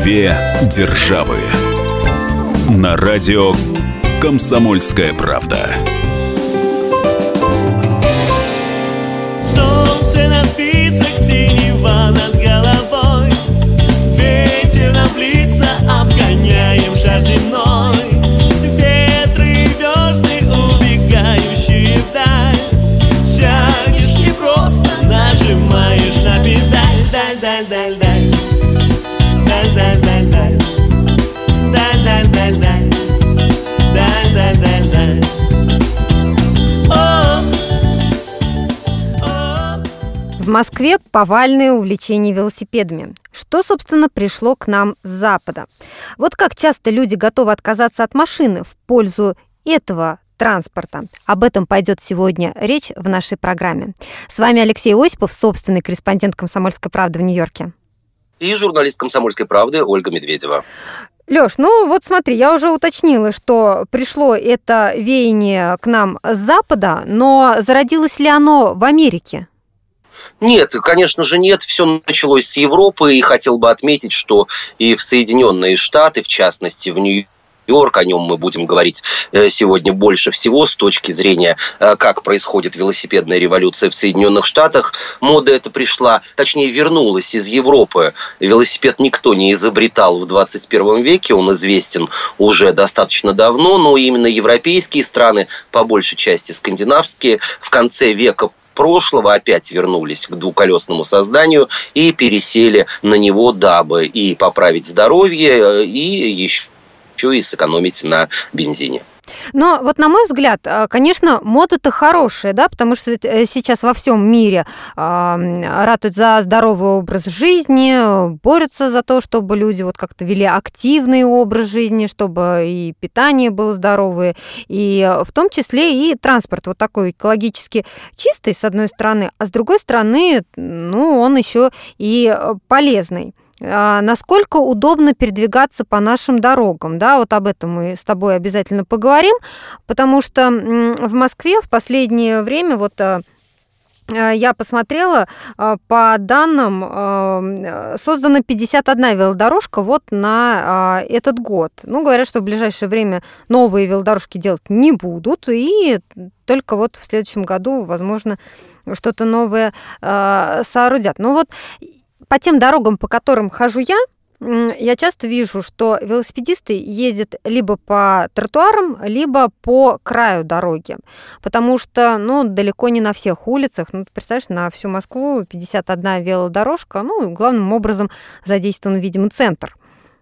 Две державы. На радио «Комсомольская правда». Солнце на спицах, синева над головой. Ветер нам в лица, обгоняем шар земной. Ветры и версты, убегающие вдаль. Сядешь не просто, нажимаешь на педаль. Даль, даль, даль, даль. Даль, даль, даль, даль. Даль, даль, даль, даль. Даль, даль, даль, даль. В Москве повальное увлечение велосипедами. Что, собственно, пришло к нам с Запада? Вот как часто люди готовы отказаться от машины в пользу этого транспорта. Об этом пойдет сегодня речь в нашей программе. С вами Алексей Осипов, собственный корреспондент «Комсомольской правды» в Нью-Йорке. И журналист «Комсомольской правды» Ольга Медведева. Лёш, ну вот смотри, я уже уточнила, что пришло это веяние к нам с Запада, но зародилось ли оно в Америке? Нет, конечно же нет. Все началось с Европы, и хотел бы отметить, что и в Соединенные Штаты, в частности в Нью-Йорк, о нем мы будем говорить сегодня больше всего с точки зрения, как происходит велосипедная революция в Соединенных Штатах. Мода эта пришла, точнее вернулась из Европы. Велосипед никто не изобретал в 21 веке, он известен уже достаточно давно, но именно европейские страны, по большей части скандинавские, в конце века прошлого опять вернулись к двухколесному созданию и пересели на него, дабы и поправить здоровье, и еще и сэкономить на бензине. Но вот на мой взгляд, конечно, мода-то хорошая, да, потому что сейчас во всем мире ратуют за здоровый образ жизни, борются за то, чтобы люди вот как-то вели активный образ жизни, чтобы и питание было здоровое, и в том числе и транспорт вот такой экологически чистый, с одной стороны, а с другой стороны, ну, он еще и полезный. Насколько удобно передвигаться по нашим дорогам, да, вот об этом мы с тобой обязательно поговорим, потому что в Москве в последнее время вот я посмотрела, по данным, создана 51 велодорожка вот на этот год. Ну, говорят, что в ближайшее время новые велодорожки делать не будут, и только вот в следующем году, возможно, что-то новое соорудят. Ну вот по тем дорогам, по которым хожу я часто вижу, что велосипедисты ездят либо по тротуарам, либо по краю дороги. Потому что, ну, далеко не на всех улицах, ну, ты представляешь, на всю Москву 51 велодорожка, ну, и главным образом задействован, видимо, центр.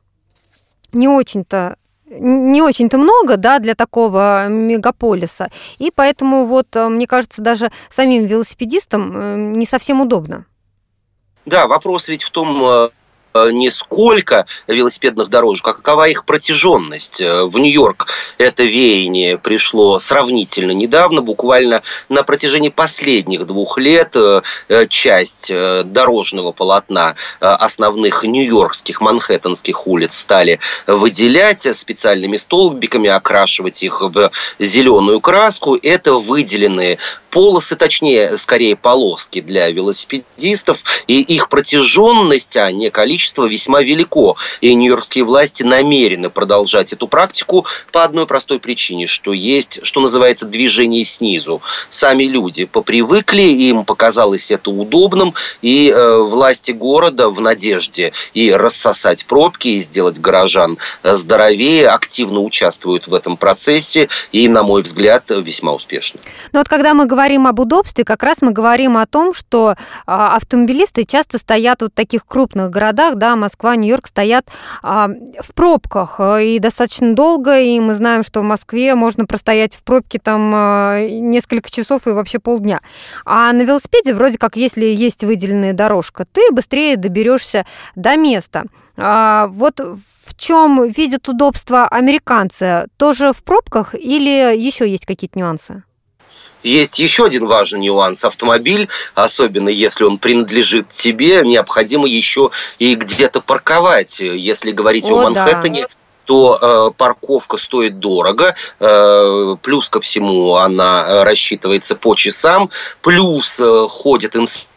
Не очень-то много, да, для такого мегаполиса. И поэтому вот, мне кажется, даже самим велосипедистам не совсем удобно. Да, вопрос ведь в том, не сколько велосипедных дорожек, а какова их протяженность. В Нью-Йорк это веяние пришло сравнительно недавно, буквально на протяжении последних 2 лет часть дорожного полотна основных нью-йоркских, манхэттенских улиц стали выделять специальными столбиками, окрашивать их в зеленую краску. Это выделенные полосы, точнее, скорее полоски для велосипедистов, и их протяженность, а не количество, весьма велико. И нью-йоркские власти намерены продолжать эту практику по одной простой причине, что есть, что называется, движение снизу. Сами люди попривыкли, им показалось это удобным, и власти города в надежде и рассосать пробки, и сделать горожан здоровее, активно участвуют в этом процессе, и, на мой взгляд, весьма успешно. Но вот когда мы говорим об удобстве, как раз мы говорим о том, что автомобилисты часто стоят вот в таких крупных городах, да, Москва, Нью-Йорк, стоят в пробках и достаточно долго, и мы знаем, что в Москве можно простоять в пробке там несколько часов и вообще полдня. А на велосипеде вроде как, если есть выделенная дорожка, ты быстрее доберешься до места. Вот в чем видят удобство американцы? Тоже в пробках или еще есть какие-то нюансы? Есть еще один важный нюанс. Автомобиль, особенно если он принадлежит тебе, необходимо еще и где-то парковать. Если говорить о Манхэттене, то парковка стоит дорого, плюс ко всему она рассчитывается по часам, плюс ходят инспекторы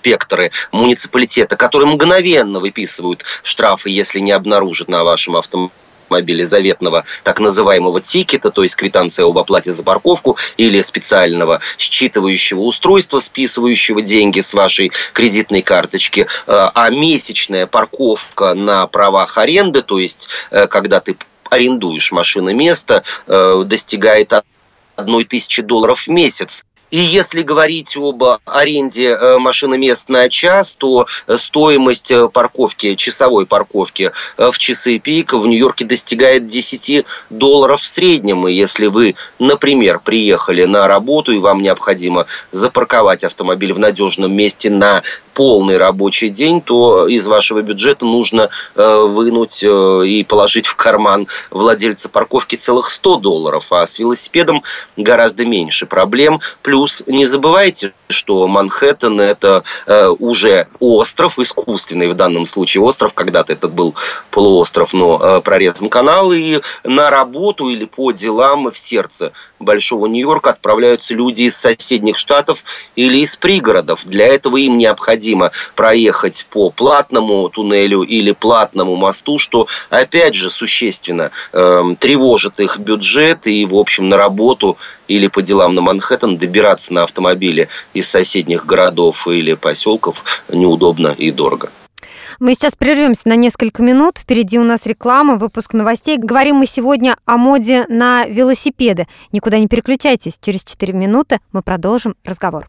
инспекторы муниципалитета, которые мгновенно выписывают штрафы, если не обнаружат на вашем автомобиле заветного так называемого тикета, то есть квитанция об оплате за парковку или специального считывающего устройства, списывающего деньги с вашей кредитной карточки, а месячная парковка на правах аренды, то есть когда ты арендуешь машиноместо, достигает $1000 в месяц. И если говорить об аренде машиномест на час, то стоимость парковки, часовой парковки в часы пик в Нью-Йорке достигает $10 в среднем. И если вы, например, приехали на работу и вам необходимо запарковать автомобиль в надежном месте на полный рабочий день, то из вашего бюджета нужно вынуть и положить в карман владельца парковки целых $100, а с велосипедом гораздо меньше проблем. Плюс не забывайте, что Манхэттен – это уже остров, искусственный в данном случае остров, когда-то это был полуостров, но прорезан канал, и на работу или по делам в сердце Большого Нью-Йорка отправляются люди из соседних штатов или из пригородов. Для этого им необходимо проехать по платному туннелю или платному мосту, что, опять же, существенно тревожит их бюджет, и, в общем, на работу или по делам на Манхэттен добираться на автомобиле из соседних городов или поселков неудобно и дорого. Мы сейчас прервемся на несколько минут. Впереди у нас реклама, выпуск новостей. Говорим мы сегодня о моде на велосипеды. Никуда не переключайтесь. Через 4 минуты мы продолжим разговор.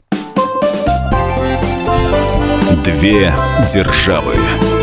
Две державы.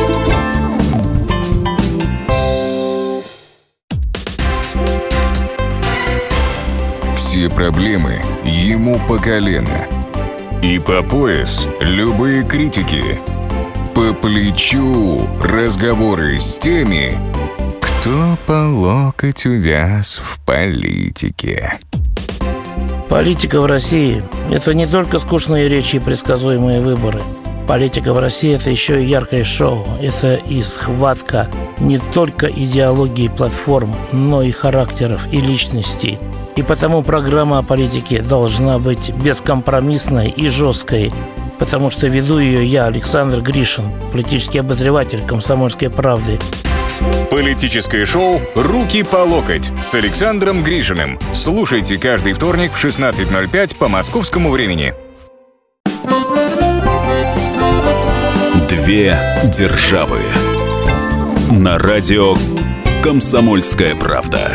Все проблемы ему по колено. И по пояс любые критики. По плечу разговоры с теми, кто по локоть увяз в политике. Политика в России – это не только скучные речи и предсказуемые выборы. Политика в России – это еще и яркое шоу. Это и схватка не только идеологии платформ, но и характеров и личностей. И потому программа о политике должна быть бескомпромиссной и жесткой. Потому что веду ее я, Александр Гришин, политический обозреватель «Комсомольской правды». Политическое шоу «Руки по локоть» с Александром Гришиным. Слушайте каждый вторник в 16:05 по московскому времени. Две державы. На радио «Комсомольская правда».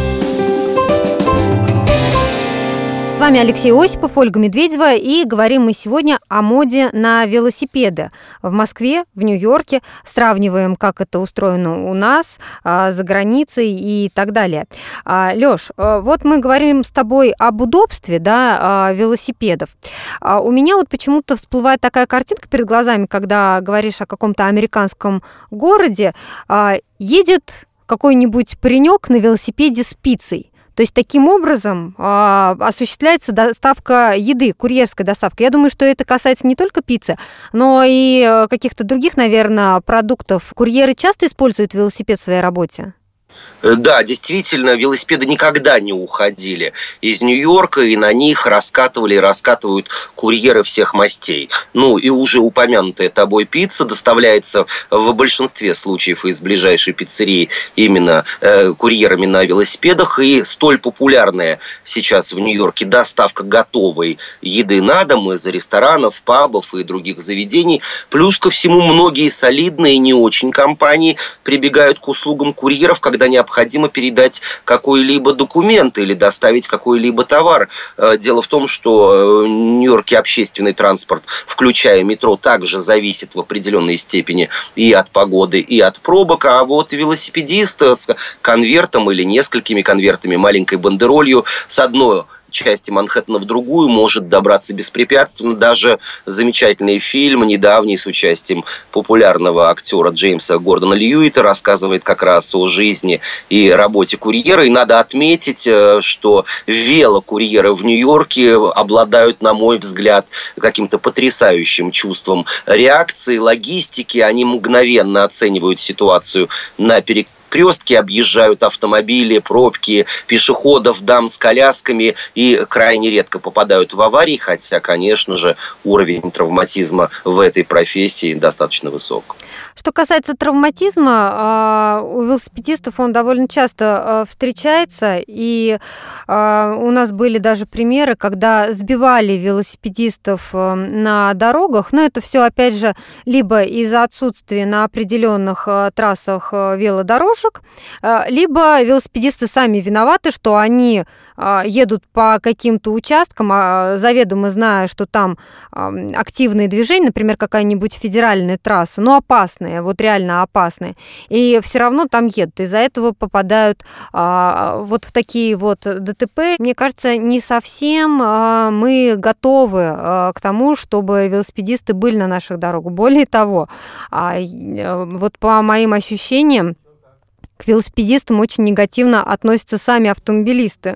С вами Алексей Осипов, Ольга Медведева, и говорим мы сегодня о моде на велосипеды в Москве, в Нью-Йорке. Сравниваем, как это устроено у нас, за границей и так далее. Лёш, вот мы говорим с тобой об удобстве, да, велосипедов. У меня вот почему-то всплывает такая картинка перед глазами, когда говоришь о каком-то американском городе, едет какой-нибудь паренек на велосипеде с пиццей. То есть таким образом осуществляется доставка еды, курьерская доставка. Я думаю, что это касается не только пиццы, но и каких-то других, наверное, продуктов. Курьеры часто используют велосипед в своей работе? Да, действительно, велосипеды никогда не уходили из Нью-Йорка, и на них раскатывали и раскатывают курьеры всех мастей. Ну, и уже упомянутая тобой пицца доставляется в большинстве случаев из ближайшей пиццерии именно курьерами на велосипедах, и столь популярная сейчас в Нью-Йорке доставка готовой еды на дом из ресторанов, пабов и других заведений. Плюс ко всему, многие солидные, не очень компании прибегают к услугам курьеров, когда необходимо передать какой-либо документ или доставить какой-либо товар. Дело в том, что в Нью-Йорке общественный транспорт, включая метро, также зависит в определенной степени и от погоды, и от пробок. А вот велосипедист с конвертом или несколькими конвертами, маленькой бандеролью с одной части Манхэттена в другую может добраться беспрепятственно. Даже замечательный фильм, недавний, с участием популярного актера Джеймса Гордона Льюита, рассказывает как раз о жизни и работе курьера. И надо отметить, что велокурьеры в Нью-Йорке обладают, на мой взгляд, каким-то потрясающим чувством реакции, логистики. Они мгновенно оценивают ситуацию на перекрестке перекрестке, объезжают автомобили, пробки, пешеходов, дам с колясками и крайне редко попадают в аварии, хотя, конечно же, уровень травматизма в этой профессии достаточно высок. Что касается травматизма, у велосипедистов он довольно часто встречается, и у нас были даже примеры, когда сбивали велосипедистов на дорогах, но это все, опять же, либо из-за отсутствия на определенных трассах велодорожек, либо велосипедисты сами виноваты, что они едут по каким-то участкам, заведомо зная, что там активные движения, например, какая-нибудь федеральная трасса, но опасные, вот реально опасные, и все равно там едут. Из-за этого попадают вот в такие вот ДТП. Мне кажется, не совсем мы готовы к тому, чтобы велосипедисты были на наших дорогах. Более того, вот по моим ощущениям, к велосипедистам очень негативно относятся сами автомобилисты.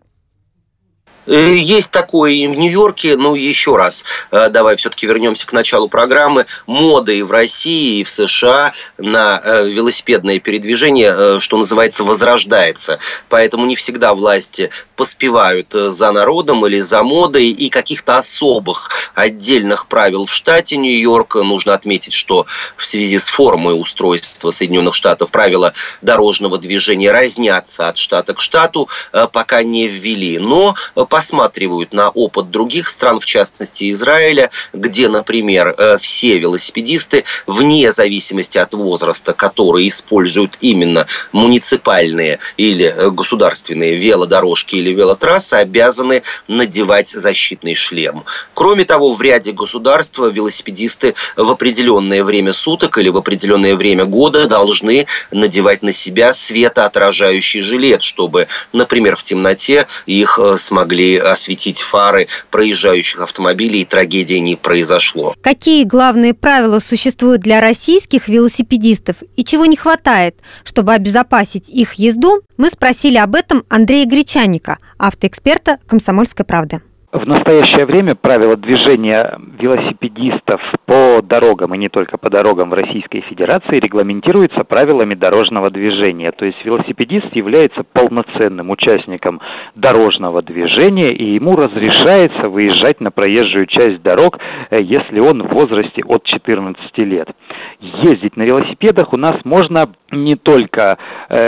Есть такое и в Нью-Йорке. Ну, еще раз, давай все-таки вернемся к началу программы. Мода и в России, и в США на велосипедное передвижение, что называется, возрождается. Поэтому не всегда власти поспевают за народом или за модой, и каких-то особых отдельных правил в штате Нью-Йорк. Нужно отметить, что в связи с формой устройства Соединенных Штатов правила дорожного движения разнятся от штата к штату, пока не ввели. Но посматривают на опыт других стран, в частности Израиля, где, например, все велосипедисты, вне зависимости от возраста, которые используют именно муниципальные или государственные велодорожки или велотрассы, обязаны надевать защитный шлем. Кроме того, в ряде государств велосипедисты в определенное время суток или в определенное время года должны надевать на себя светоотражающий жилет, чтобы, например, в темноте их смогли осветить фары проезжающих автомобилей, и трагедии не произошло. Какие главные правила существуют для российских велосипедистов и чего не хватает, чтобы обезопасить их езду, мы спросили об этом Андрея Гречаника, автоэксперта «Комсомольской правды». В настоящее время правила движения велосипедистов по дорогам, и не только по дорогам в Российской Федерации, регламентируются правилами дорожного движения. То есть велосипедист является полноценным участником дорожного движения, и ему разрешается выезжать на проезжую часть дорог, если он в возрасте от 14 лет. Ездить на велосипедах у нас можно не только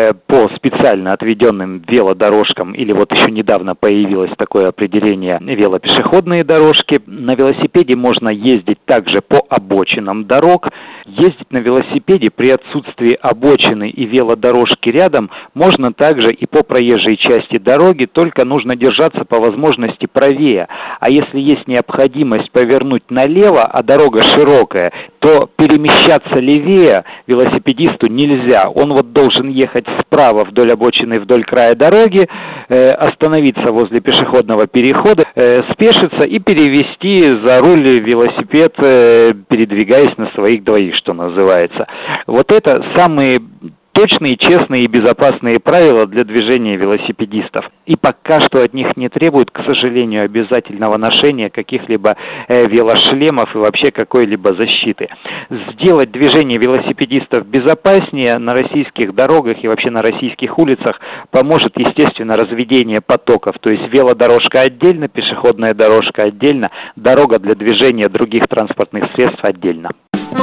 по специально отведенным велодорожкам, или вот еще недавно появилось такое определение велопешеходные дорожки. На велосипеде можно ездить также по обочинам дорог. Ездить на велосипеде при отсутствии обочины и велодорожки рядом можно также и по проезжей части дороги, только нужно держаться по возможности правее. А если есть необходимость повернуть налево, а дорога широкая, то перемещаться левее велосипедисту нельзя. Он вот должен ехать справа вдоль обочины, вдоль края дороги, остановиться возле пешеходного перехода, спешиться и перевести за руль велосипед, передвигаясь на своих двоих, что называется. Вот это самые точные, честные и безопасные правила для движения велосипедистов. И пока что от них не требуют, к сожалению, обязательного ношения каких-либо велошлемов и вообще какой-либо защиты. Сделать движение велосипедистов безопаснее на российских дорогах и вообще на российских улицах поможет, естественно, разведение потоков. То есть велодорожка отдельно, пешеходная дорожка отдельно, дорога для движения других транспортных средств отдельно.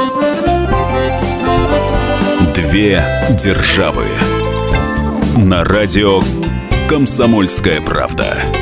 Две державы. На радио «Комсомольская правда».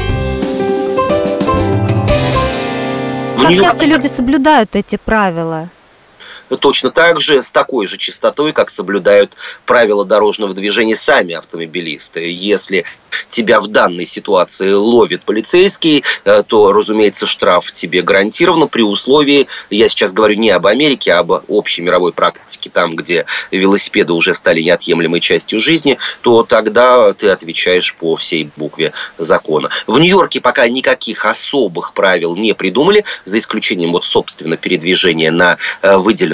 Как часто люди соблюдают эти правила? Точно так же, с такой же частотой, как соблюдают правила дорожного движения сами автомобилисты. Если тебя в данной ситуации ловит полицейский, то, разумеется, штраф тебе гарантирован при условии, я сейчас говорю не об Америке, а об общей мировой практике, там, где велосипеды уже стали неотъемлемой частью жизни, то тогда ты отвечаешь по всей букве закона. В Нью-Йорке пока никаких особых правил не придумали, за исключением, вот, собственно, передвижения на выделенных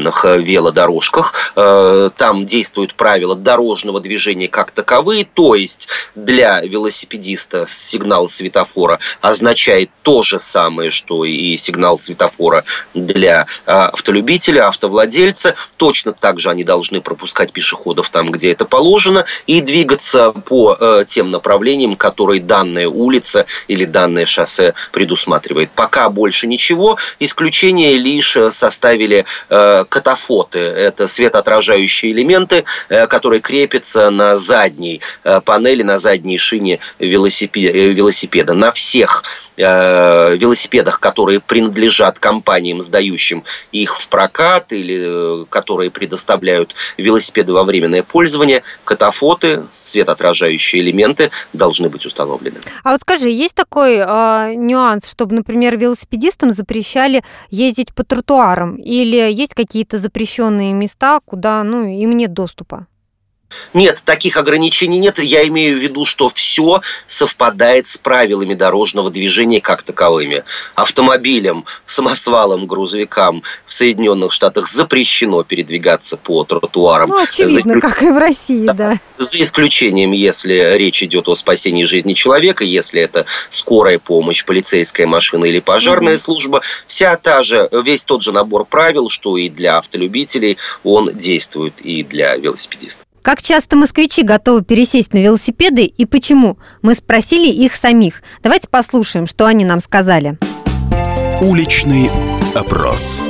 подготовленных велодорожках. Там действуют правила дорожного движения как таковые, то есть для велосипедиста сигнал светофора означает то же самое, что и сигнал светофора для автолюбителя, автовладельца. Точно так же они должны пропускать пешеходов там, где это положено, и двигаться по тем направлениям, которые данная улица или данное шоссе предусматривает. Пока больше ничего. Исключение лишь составили катафоты. Это светоотражающие элементы, которые крепятся на задней панели, на задней шине велосипеда. На всех велосипедах, которые принадлежат компаниям, сдающим их в прокат или которые предоставляют велосипеды во временное пользование, катафоты, светоотражающие элементы должны быть установлены. А вот скажи, есть такой нюанс, чтобы, например, велосипедистам запрещали ездить по тротуарам? Или есть какие-то запрещенные места, куда им нет доступа? Нет, таких ограничений нет. Я имею в виду, что все совпадает с правилами дорожного движения как таковыми. Автомобилям, самосвалам, грузовикам в Соединенных Штатах запрещено передвигаться по тротуарам. Очевидно, как и в России, да. За исключением, если речь идет о спасении жизни человека, если это скорая помощь, полицейская машина или пожарная служба, весь тот же набор правил, что и для автолюбителей, он действует и для велосипедистов. Как часто москвичи готовы пересесть на велосипеды и почему? Мы спросили их самих. Давайте послушаем, что они нам сказали. Уличный опрос.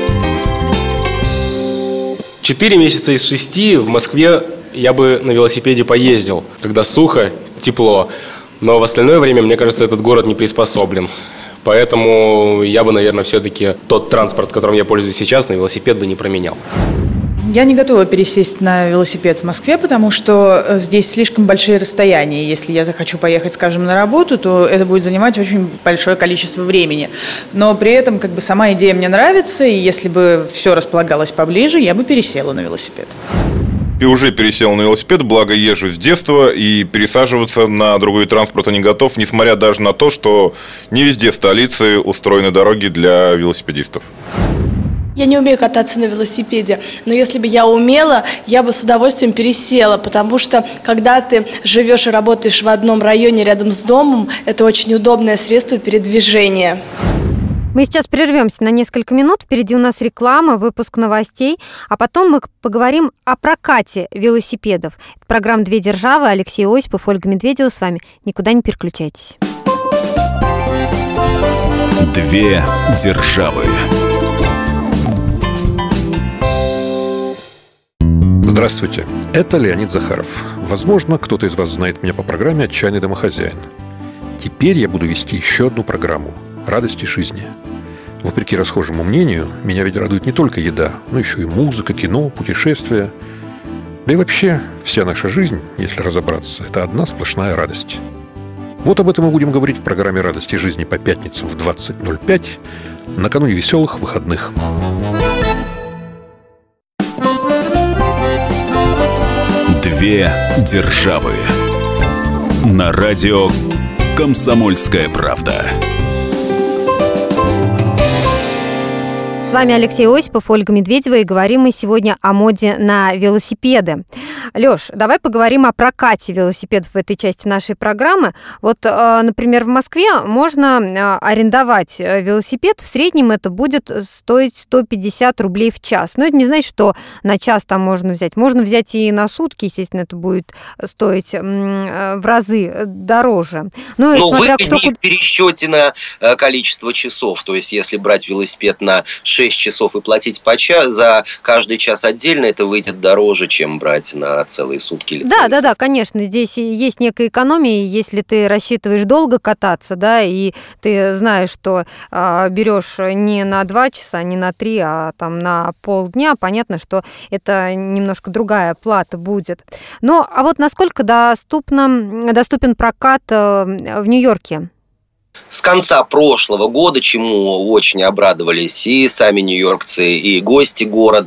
4 месяца из 6 в Москве я бы на велосипеде поездил, когда сухо, тепло. Но в остальное время, мне кажется, этот город не приспособлен. Поэтому я бы, наверное, все-таки тот транспорт, которым я пользуюсь сейчас, на велосипед бы не променял. Я не готова пересесть на велосипед в Москве, потому что здесь слишком большие расстояния. Если я захочу поехать, скажем, на работу, то это будет занимать очень большое количество времени. Но при этом сама идея мне нравится, и если бы все располагалось поближе, я бы пересела на велосипед. И уже пересел на велосипед, благо езжу с детства, и пересаживаться на другой транспорт не готов, несмотря даже на то, что не везде в столице устроены дороги для велосипедистов. Я не умею кататься на велосипеде, но если бы я умела, я бы с удовольствием пересела, потому что когда ты живешь и работаешь в одном районе рядом с домом, это очень удобное средство передвижения. Мы сейчас прервемся на несколько минут. Впереди у нас реклама, выпуск новостей, а потом мы поговорим о прокате велосипедов. Это программа «Две державы». Алексей Осипов, Ольга Медведева с вами. Никуда не переключайтесь. Две державы. Здравствуйте, это Леонид Захаров. Возможно, кто-то из вас знает меня по программе «Отчаянный домохозяин». Теперь я буду вести еще одну программу «Радости жизни». Вопреки расхожему мнению, меня ведь радует не только еда, но еще и музыка, кино, путешествия. Да и вообще, вся наша жизнь, если разобраться, это одна сплошная радость. Вот об этом мы будем говорить в программе «Радости жизни» по пятницам в 20:05, накануне веселых выходных. Две державы. На радио «Комсомольская правда». С вами Алексей Осипов, Ольга Медведева, и говорим мы сегодня о моде на велосипеды. Лёш, давай поговорим о прокате велосипедов в этой части нашей программы. Вот, например, в Москве можно арендовать велосипед. В среднем это будет стоить 150 рублей в час. Но это не значит, что на час там можно взять. Можно взять и на сутки, естественно, это будет стоить в разы дороже. Вы в пересчете на количество часов. То есть, если брать велосипед на 6 часов и платить за каждый час отдельно, это выйдет дороже, чем брать на целые сутки. Да, конечно. Здесь есть некая экономия, если ты рассчитываешь долго кататься, да, и ты знаешь, что берешь не на 2 часа, не на 3, а там на полдня, понятно, что это немножко другая плата будет. А вот насколько доступен прокат в Нью-Йорке? С конца прошлого года, чему очень обрадовались и сами нью-йоркцы, и гости города,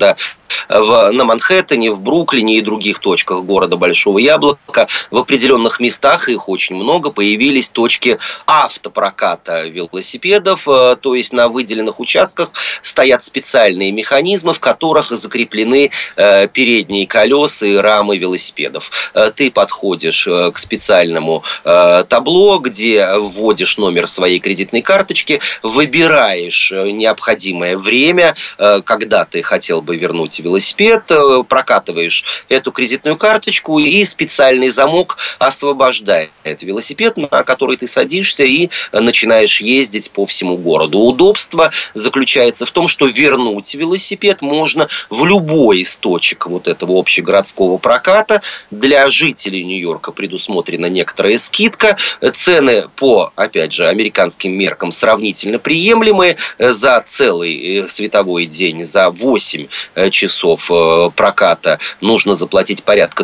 на Манхэттене, в Бруклине и других точках города Большого Яблока. В определенных местах, их очень много, появились точки автопроката велосипедов, то есть на выделенных участках стоят специальные механизмы, в которых закреплены передние колеса и рамы велосипедов. Ты подходишь к специальному табло, где вводишь номер своей кредитной карточки, выбираешь необходимое время, когда ты хотел бы вернуть велосипед, прокатываешь эту кредитную карточку, и специальный замок освобождает велосипед, на который ты садишься, и начинаешь ездить по всему городу. Удобство заключается в том, что вернуть велосипед можно в любой из точек вот этого общегородского проката. Для жителей Нью-Йорка предусмотрена некоторая скидка. Цены по, опять же, американским меркам сравнительно приемлемые. За целый световой день, за 8 часов проката нужно заплатить порядка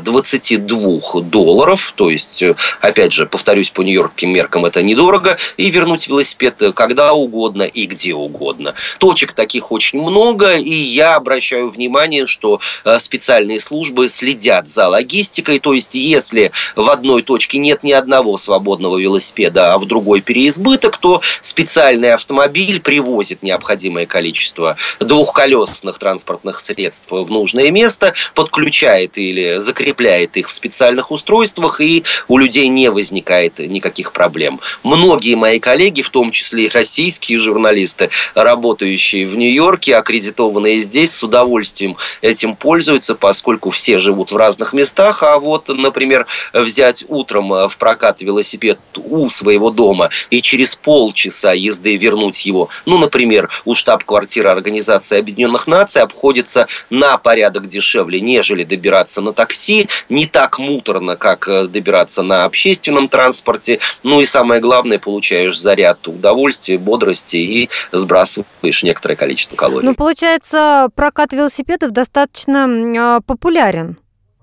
$22. То есть, опять же, повторюсь, по нью-йоркским меркам это недорого. И вернуть велосипед когда угодно и где угодно. Точек таких очень много, и я обращаю внимание, что специальные службы следят за логистикой. То есть, если в одной точке нет ни одного свободного велосипеда, а в другой переизбыток, то специальный автомобиль привозит необходимое количество двухколесных транспортных средств в нужное место, подключает или закрепляет их в специальных устройствах, и у людей не возникает никаких проблем. Многие мои коллеги, в том числе и российские журналисты, работающие в Нью-Йорке, аккредитованные здесь, с удовольствием этим пользуются, поскольку все живут в разных местах, а вот, например, взять утром в прокат велосипед у своего дома и через полчаса езды вернуть его, например, у штаб-квартиры Организации Объединенных Наций, обходится на порядок дешевле, нежели добираться на такси, не так муторно, как добираться на общественном транспорте, и самое главное, получаешь заряд удовольствия, бодрости и сбрасываешь некоторое количество калорий. Получается, прокат велосипедов достаточно популярен.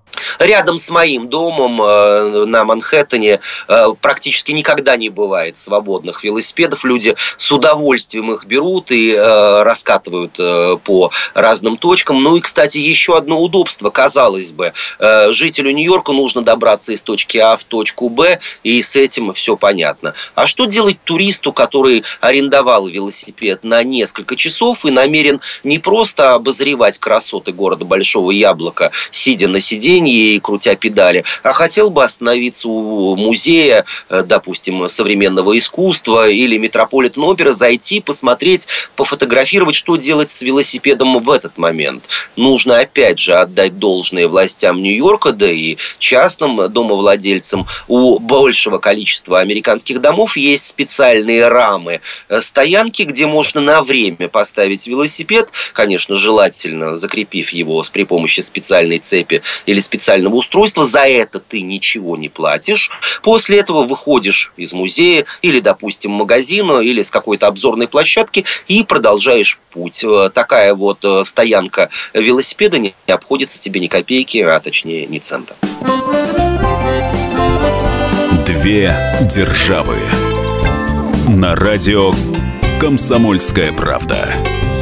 Рядом с моим домом на Манхэттене практически никогда не бывает свободных велосипедов. Люди с удовольствием их берут и раскатывают по разным точкам. И, кстати, еще одно удобство. Казалось бы, жителю Нью-Йорка нужно добраться из точки А в точку Б, и с этим все понятно. А что делать туристу, который арендовал велосипед на несколько часов и намерен не просто обозревать красоты города Большого Яблока, сидя на сиденье и крутя педали, а хотел бы остановиться у музея, допустим, современного искусства или Метрополитен-опера, зайти, посмотреть, пофотографировать, что делать с велосипедом в этот момент. Нужно, опять же, отдать должное властям Нью-Йорка, да и частным домовладельцам. У большего количества американских домов есть специальные рамы стоянки, где можно на время поставить велосипед, конечно, желательно закрепив его при помощи специальной цепи или специального устройства. За это ты ничего не платишь. После этого выходишь из музея или, допустим, магазина или с какой-то обзорной площадки и продолжаешь путь. Такая вот стоянка велосипеда не обходится тебе ни копейки, а точнее ни цента. Две державы. На радио «Комсомольская правда».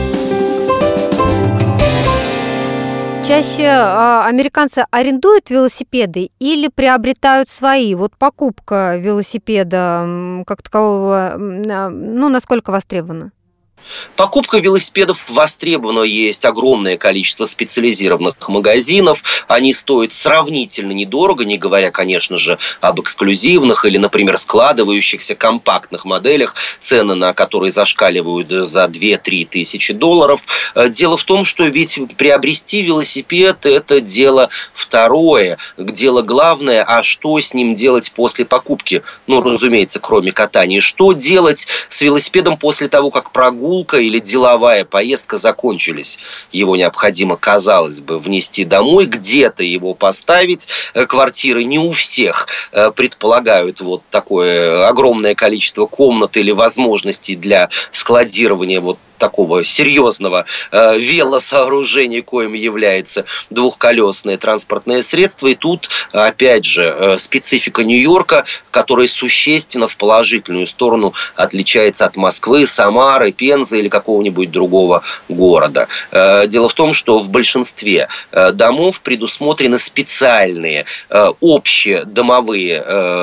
Чаще американцы арендуют велосипеды или приобретают свои? Вот покупка велосипеда как такового, насколько востребована? Покупка велосипедов востребована, есть огромное количество специализированных магазинов. Они стоят сравнительно недорого, не говоря, конечно же, об эксклюзивных или, например, складывающихся компактных моделях, цены на которые зашкаливают за 2-3 тысячи долларов. Дело в том, что ведь приобрести велосипед – это дело второе. Дело главное, а что с ним делать после покупки? Разумеется, кроме катания. Что делать с велосипедом после того, как прогулка или деловая поездка закончились? Его необходимо, казалось бы, внести домой, где-то его поставить. Квартиры не у всех предполагают такое огромное количество комнат или возможностей для складирования такого серьезного велосооружения, коим является двухколесное транспортное средство. И тут, опять же, специфика Нью-Йорка, которая существенно в положительную сторону отличается от Москвы, Самары, Пензы или какого-нибудь другого города. Дело в том, что в большинстве домов предусмотрены специальные общедомовые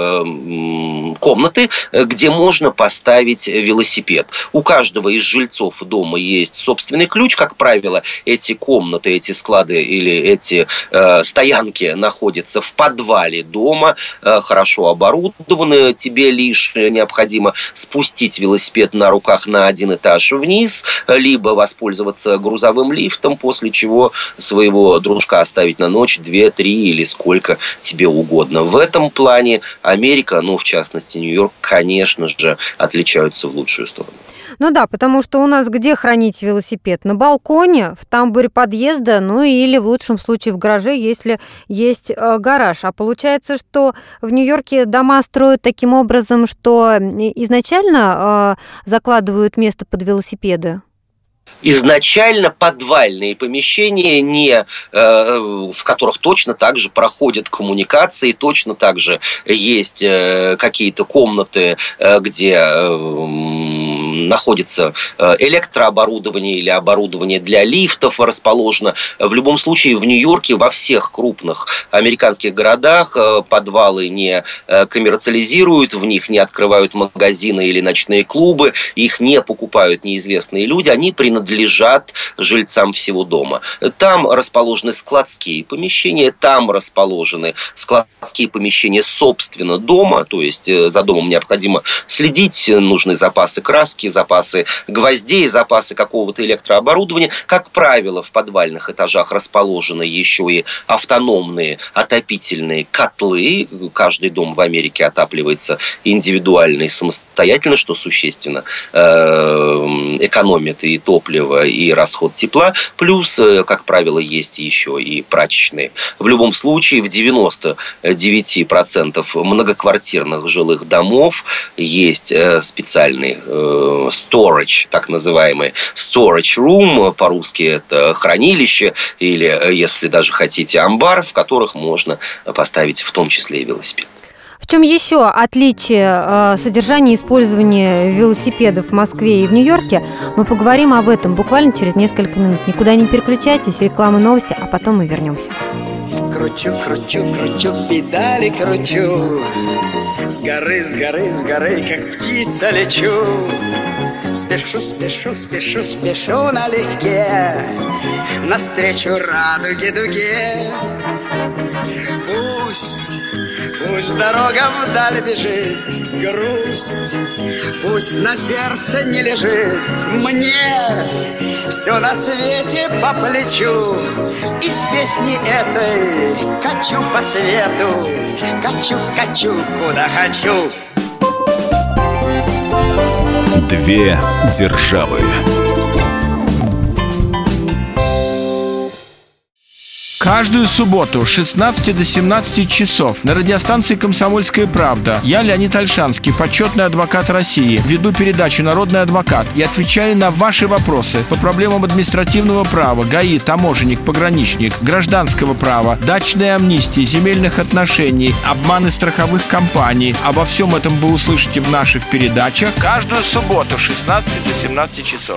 комнаты, где можно поставить велосипед. У каждого из жильцов дома есть собственный ключ. Как правило, эти комнаты, эти склады или эти стоянки находятся в подвале дома, хорошо оборудованы. Тебе лишь необходимо спустить велосипед на руках на один этаж вниз, либо воспользоваться грузовым лифтом, после чего своего дружка оставить на ночь, 2, 3 или сколько тебе угодно. В этом плане Америка, в частности Нью-Йорк, конечно же, отличаются в лучшую сторону. Ну да, потому что у нас где хранить велосипед? На балконе, в тамбуре подъезда, или в лучшем случае в гараже, если есть гараж. А получается, что в Нью-Йорке дома строят таким образом, что изначально закладывают место под велосипеды? Изначально подвальные помещения, в которых точно так же проходят коммуникации, точно так же есть какие-то комнаты, где находится электрооборудование или оборудование для лифтов расположено. В любом случае в Нью-Йорке, во всех крупных американских городах подвалы не коммерциализируют, в них не открывают магазины или ночные клубы, их не покупают неизвестные люди, они принадлежат жильцам всего дома. Там расположены складские помещения, там расположены складские помещения собственно дома, то есть за домом необходимо следить, нужны запасы краски, запасы гвоздей, запасы какого-то электрооборудования. Как правило, в подвальных этажах расположены еще и автономные отопительные котлы. Каждый дом в Америке отапливается индивидуально и самостоятельно, что существенно экономит и топливо, и расход тепла. Плюс, как правило, есть еще и прачечные. В любом случае, в 99% многоквартирных жилых домов есть специальный storage, так называемый storage room, по-русски это хранилище, или, если даже хотите, амбар, в которых можно поставить в том числе и велосипед. В чем еще отличие содержания и использования велосипедов в Москве и в Нью-Йорке? Мы поговорим об этом буквально через несколько минут. Никуда не переключайтесь, рекламы, новости, а потом мы вернемся. Кручу, педали кручу. С горы, как птица лечу. Спешу налегке навстречу радуге дуге. Пусть дорога вдаль бежит, грусть, пусть на сердце не лежит. Мне все на свете по плечу, и с песни этой качу по свету, качу, куда хочу. Две державы. Каждую субботу с 16 до 17 часов на радиостанции «Комсомольская правда» я, Леонид Ольшанский, почетный адвокат России, веду передачу «Народный адвокат» и отвечаю на ваши вопросы по проблемам административного права, ГАИ, таможенник, пограничник, гражданского права, дачной амнистии, земельных отношений, обманы страховых компаний. Обо всем этом вы услышите в наших передачах каждую субботу с 16 до 17 часов.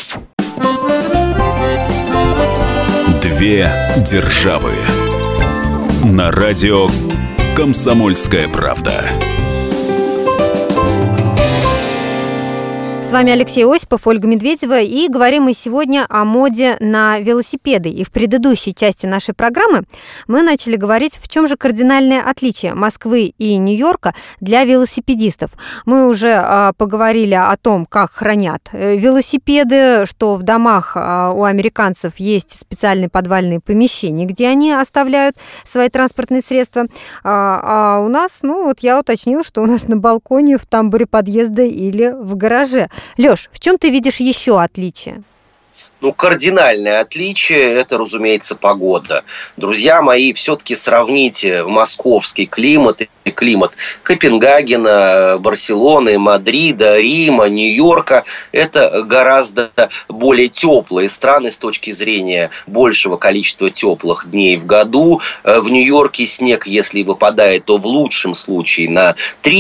Две державы. На радио «Комсомольская правда». С вами Алексей Осипов, Ольга Медведева, и говорим мы сегодня о моде на велосипеды. И в предыдущей части нашей программы мы начали говорить, в чем же кардинальное отличие Москвы и Нью-Йорка для велосипедистов. Мы уже поговорили о том, как хранят велосипеды, что в домах у американцев есть специальные подвальные помещения, где они оставляют свои транспортные средства. А у нас, я уточнила, что у нас на балконе, в тамбуре подъезда или в гараже. Лёш, в чем ты видишь еще отличие? Кардинальное отличие – это, разумеется, погода. Друзья мои, все-таки сравните московский климат и климат Копенгагена, Барселоны, Мадрида, Рима, Нью-Йорка. Это гораздо более теплые страны с точки зрения большего количества теплых дней в году. В Нью-Йорке снег, если выпадает, то в лучшем случае на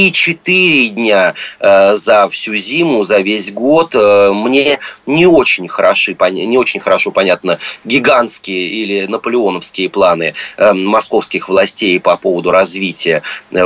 3-4 дня за всю зиму, за весь год. Мне не очень хорошо понятно гигантские или наполеоновские планы московских властей по поводу развития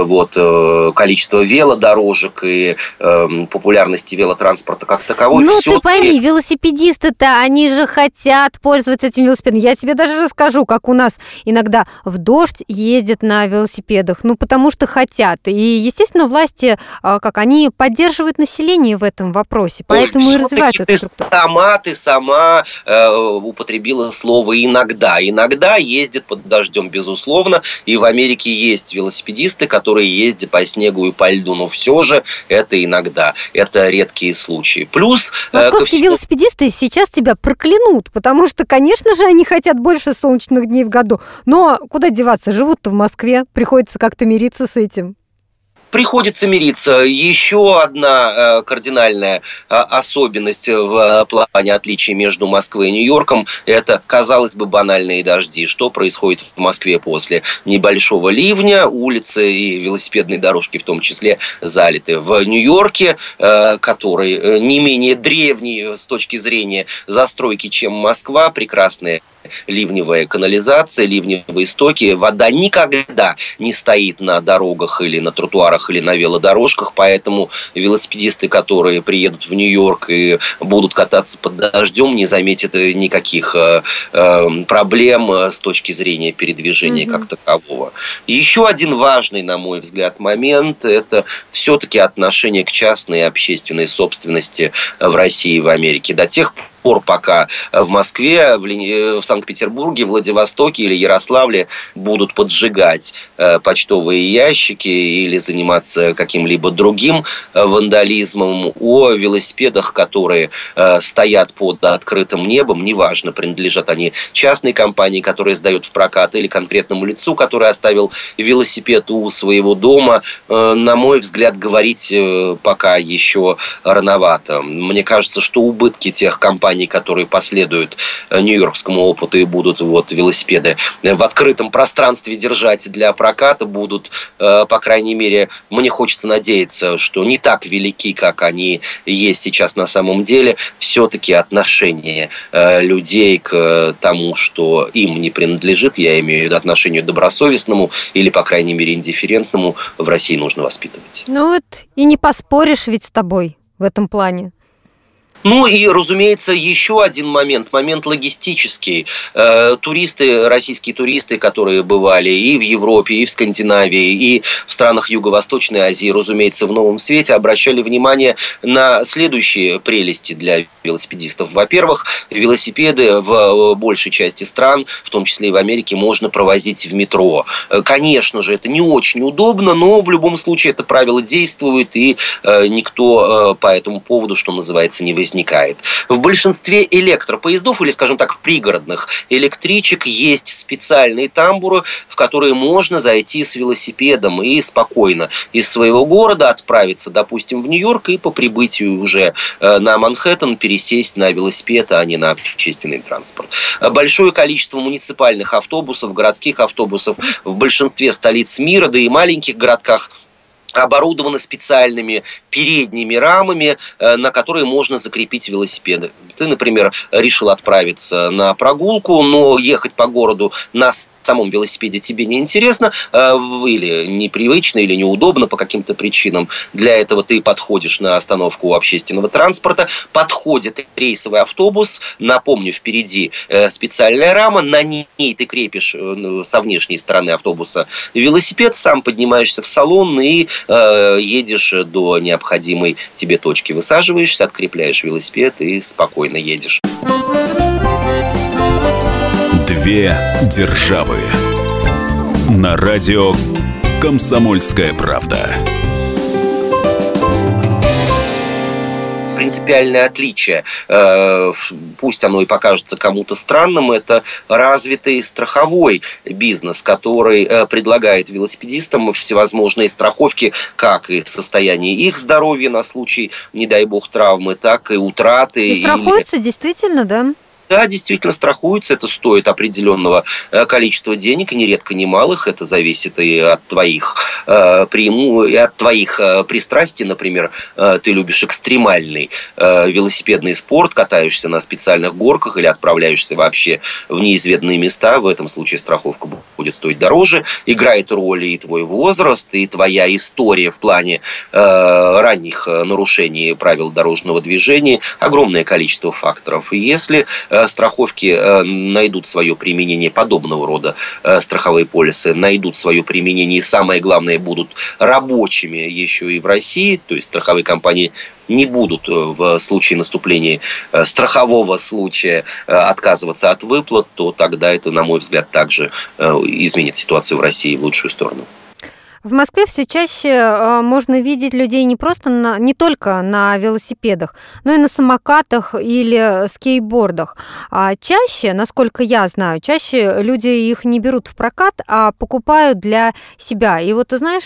количества велодорожек и популярности велотранспорта как таковой. Ты пойми, велосипедисты-то, они же хотят пользоваться этим велосипедом. Я тебе даже расскажу, как у нас иногда в дождь ездят на велосипедах. Потому что хотят. И, естественно, власти, они поддерживают население в этом вопросе. Поэтому и развивают эту структуру. Ты сама употребила слово «иногда». Иногда ездят под дождем, безусловно. И в Америке есть велосипедисты, которые ездят по снегу и по льду. Но все же это иногда. Это редкие случаи. Плюс... Московские велосипедисты сейчас тебя проклянут, потому что, конечно же, они хотят больше солнечных дней в году. Но куда деваться? Живут-то в Москве. Приходится как-то мириться с этим. Приходится мириться. Еще одна кардинальная особенность в плане отличия между Москвой и Нью-Йорком – это, казалось бы, банальные дожди. Что происходит в Москве после небольшого ливня? Улицы и велосипедные дорожки в том числе залиты. В Нью-Йорке, который не менее древний с точки зрения застройки, чем Москва, прекрасные ливневая канализация, ливневые стоки. Вода никогда не стоит на дорогах или на тротуарах или на велодорожках, поэтому велосипедисты, которые приедут в Нью-Йорк и будут кататься под дождем, не заметят никаких проблем с точки зрения передвижения как такового. И еще один важный, на мой взгляд, момент – это все-таки отношение к частной и общественной собственности в России и в Америке. До тех пор, пока в Москве, в Санкт-Петербурге, Владивостоке или Ярославле будут поджигать почтовые ящики или заниматься каким-либо другим вандализмом, о велосипедах, которые стоят под открытым небом, неважно, принадлежат они частной компании, которая сдает в прокат, или конкретному лицу, который оставил велосипед у своего дома, на мой взгляд, говорить пока еще рановато. Мне кажется, что убытки тех компаний, которые последуют нью-йоркскому опыту и будут велосипеды в открытом пространстве держать для проката, будут, по крайней мере, мне хочется надеяться, что не так велики, как они есть сейчас на самом деле. Все-таки отношение людей к тому, что им не принадлежит, я имею в виду отношению добросовестному или, по крайней мере, индифферентному, в России нужно воспитывать. И не поспоришь ведь с тобой в этом плане. И, разумеется, еще один момент логистический. Российские туристы, которые бывали и в Европе, и в Скандинавии, и в странах Юго-Восточной Азии, разумеется, в Новом Свете, обращали внимание на следующие прелести для велосипедистов. Во-первых, велосипеды в большей части стран, в том числе и в Америке, можно провозить в метро. Конечно же, это не очень удобно, но в любом случае это правило действует, и никто по этому поводу, что называется, не возникает. В большинстве электропоездов, или, скажем так, пригородных электричек, есть специальные тамбуры, в которые можно зайти с велосипедом и спокойно из своего города отправиться, допустим, в Нью-Йорк и по прибытию уже на Манхэттен пересесть на велосипед, а не на общественный транспорт. Большое количество муниципальных автобусов, городских автобусов в большинстве столиц мира, да и маленьких городках оборудованы специальными передними рамами, на которые можно закрепить велосипеды. Ты, например, решил отправиться на прогулку, но ехать по городу на самом велосипеде тебе не интересно, или непривычно, или неудобно по каким-то причинам. Для этого ты подходишь на остановку общественного транспорта, подходит рейсовый автобус, напомню, впереди специальная рама, на ней ты крепишь со внешней стороны автобуса велосипед, сам поднимаешься в салон и едешь до необходимой тебе точки. Высаживаешься, открепляешь велосипед и спокойно едешь. Две державы. На радио «Комсомольская правда». принципиальное отличие. Пусть оно и покажется кому-то странным, это развитый страховой бизнес, который предлагает велосипедистам всевозможные страховки, как и состояние их здоровья на случай, не дай бог, травмы, так и утраты. И страхуются действительно, да? Да, действительно страхуются, это стоит определенного количества денег, и нередко немалых, это зависит и от твоих пристрастий, например, ты любишь экстремальный велосипедный спорт, катаешься на специальных горках или отправляешься вообще в неизведанные места, в этом случае страховка будет стоить дороже, играет роль и твой возраст, и твоя история в плане ранних нарушений правил дорожного движения, огромное количество факторов, и если страховки найдут свое применение, подобного рода страховые полисы найдут свое применение, и самое главное, будут рабочими еще и в России, то есть страховые компании не будут в случае наступления страхового случая отказываться от выплат, то тогда это, на мой взгляд, также изменит ситуацию в России в лучшую сторону. В Москве все чаще можно видеть людей не только на велосипедах, но и на самокатах или скейтбордах. А чаще, насколько я знаю, люди их не берут в прокат, а покупают для себя. И вот ты знаешь,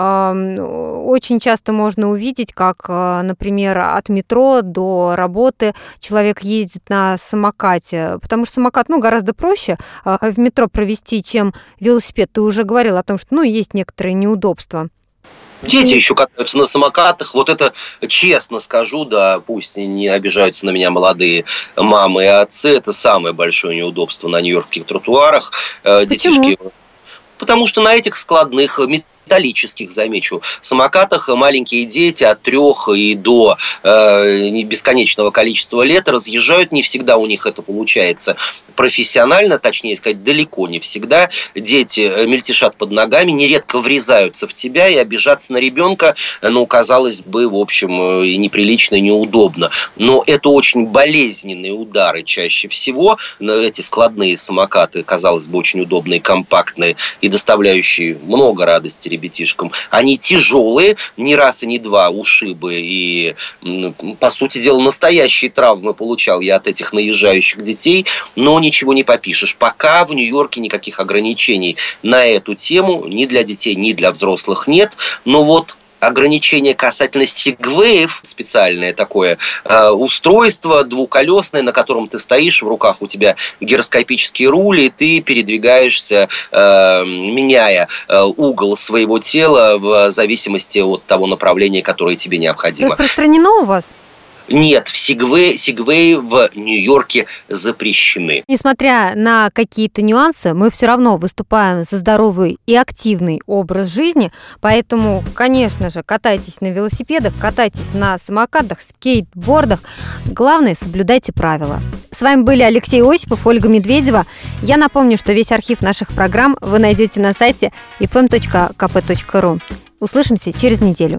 очень часто можно увидеть, как, например, от метро до работы человек едет на самокате, потому что самокат гораздо проще в метро провести, чем велосипед. Ты уже говорил о том, что есть некоторые неудобства. Дети еще катаются на самокатах. Вот это, честно скажу, да, пусть не обижаются на меня молодые мамы и отцы, это самое большое неудобство на нью-йоркских тротуарах. Почему? Детишки, потому что на этих складных металлических, замечу, самокатах маленькие дети от 3 и до бесконечного количества лет разъезжают, не всегда у них это получается профессионально, точнее сказать, далеко не всегда. Дети мельтешат под ногами, нередко врезаются в тебя, и обижаться на ребенка, казалось бы, в общем, и неприлично, и неудобно. Но это очень болезненные удары чаще всего. Эти складные самокаты, казалось бы, очень удобные, компактные и доставляющие много радости ребятишкам. Они тяжелые, не раз и не два ушибы, и, по сути дела, настоящие травмы получал я от этих наезжающих детей, но ничего не попишешь. Пока в Нью-Йорке никаких ограничений на эту тему ни для детей, ни для взрослых нет, но вот ограничение касательно сегвеев, специальное такое устройство двухколесное, на котором ты стоишь, в руках у тебя гироскопические рули, и ты передвигаешься, меняя угол своего тела в зависимости от того направления, которое тебе необходимо. Распространено у вас? Нет, сегвеи в Нью-Йорке запрещены. Несмотря на какие-то нюансы, мы все равно выступаем за здоровый и активный образ жизни, поэтому, конечно же, катайтесь на велосипедах, катайтесь на самокатах, скейтбордах. Главное, соблюдайте правила. С вами были Алексей Осипов, Ольга Медведева. Я напомню, что весь архив наших программ вы найдете на сайте fm.kp.ru. Услышимся через неделю.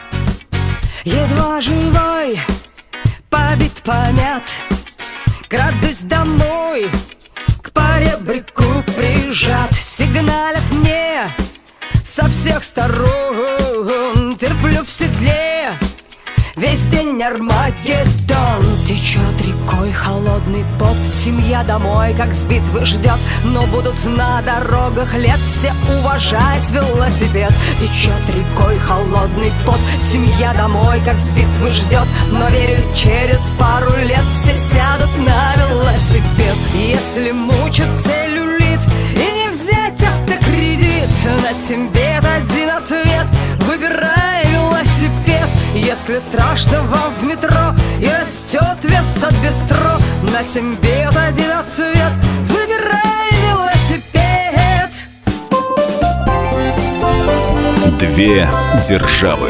Едва живой, побит, помят, крадусь домой, к поребрику прижат. Сигналят мне со всех сторон, терплю в седле весь день Армагеддон. Течет рекой холодный пот, семья домой, как с битвы ждет. Но будут на дорогах лет все уважать велосипед. Течет рекой холодный пот, семья домой, как с битвы ждет. Но верю, через пару лет все сядут на велосипед. Если мучит целлюлит и не взять автокредит, на 7 бед один ответ: выбирай велосипед. Если страшно вам в метро и растет вес от бистро, на 7 бед один ответ: выбирай велосипед. Две державы.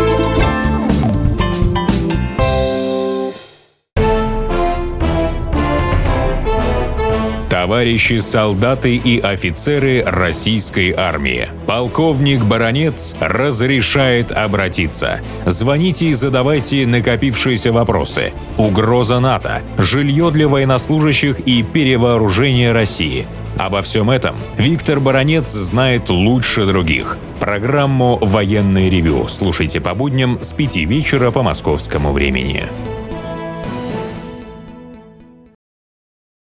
Товарищи солдаты и офицеры российской армии. Полковник Баранец разрешает обратиться. Звоните и задавайте накопившиеся вопросы. Угроза НАТО, жилье для военнослужащих и перевооружение России. Обо всем этом Виктор Баранец знает лучше других. Программу «Военное ревю» слушайте по будням с 5 вечера по московскому времени.